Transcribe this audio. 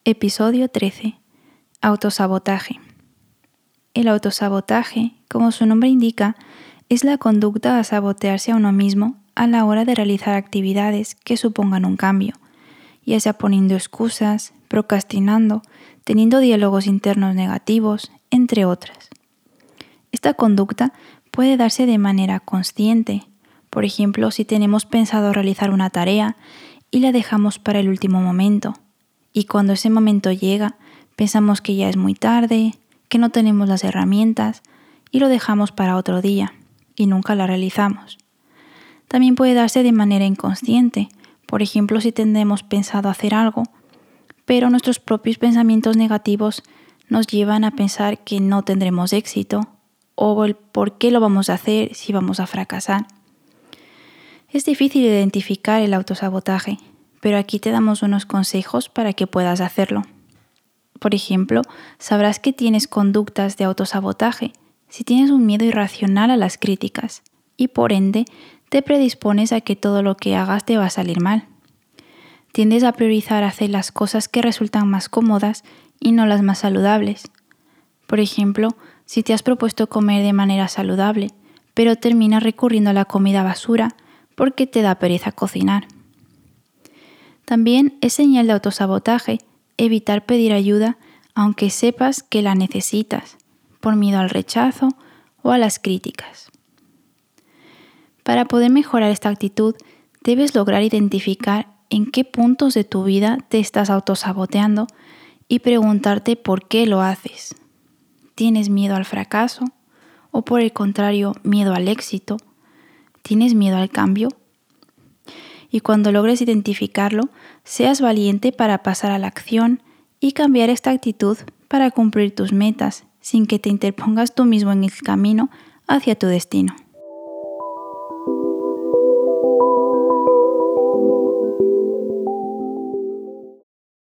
Episodio 13. Autosabotaje. El autosabotaje, como su nombre indica, es la conducta a sabotearse a uno mismo a la hora de realizar actividades que supongan un cambio, ya sea poniendo excusas, procrastinando, teniendo diálogos internos negativos, entre otras. Esta conducta puede darse de manera consciente, por ejemplo, si tenemos pensado realizar una tarea y la dejamos para el último momento. Y cuando ese momento llega, pensamos que ya es muy tarde, que no tenemos las herramientas y lo dejamos para otro día y nunca la realizamos. También puede darse de manera inconsciente, por ejemplo, si tenemos pensado hacer algo, pero nuestros propios pensamientos negativos nos llevan a pensar que no tendremos éxito o el por qué lo vamos a hacer si vamos a fracasar. Es difícil identificar el autosabotaje, pero aquí te damos unos consejos para que puedas hacerlo. Por ejemplo, sabrás que tienes conductas de autosabotaje si tienes un miedo irracional a las críticas y por ende te predispones a que todo lo que hagas te va a salir mal. Tiendes a priorizar hacer las cosas que resultan más cómodas y no las más saludables. Por ejemplo, si te has propuesto comer de manera saludable, pero terminas recurriendo a la comida basura porque te da pereza cocinar. También es señal de autosabotaje evitar pedir ayuda aunque sepas que la necesitas, por miedo al rechazo o a las críticas. Para poder mejorar esta actitud, debes lograr identificar en qué puntos de tu vida te estás autosaboteando y preguntarte por qué lo haces. ¿Tienes miedo al fracaso? ¿O por el contrario, miedo al éxito? ¿Tienes miedo al cambio? Y cuando logres identificarlo, seas valiente para pasar a la acción y cambiar esta actitud para cumplir tus metas, sin que te interpongas tú mismo en el camino hacia tu destino.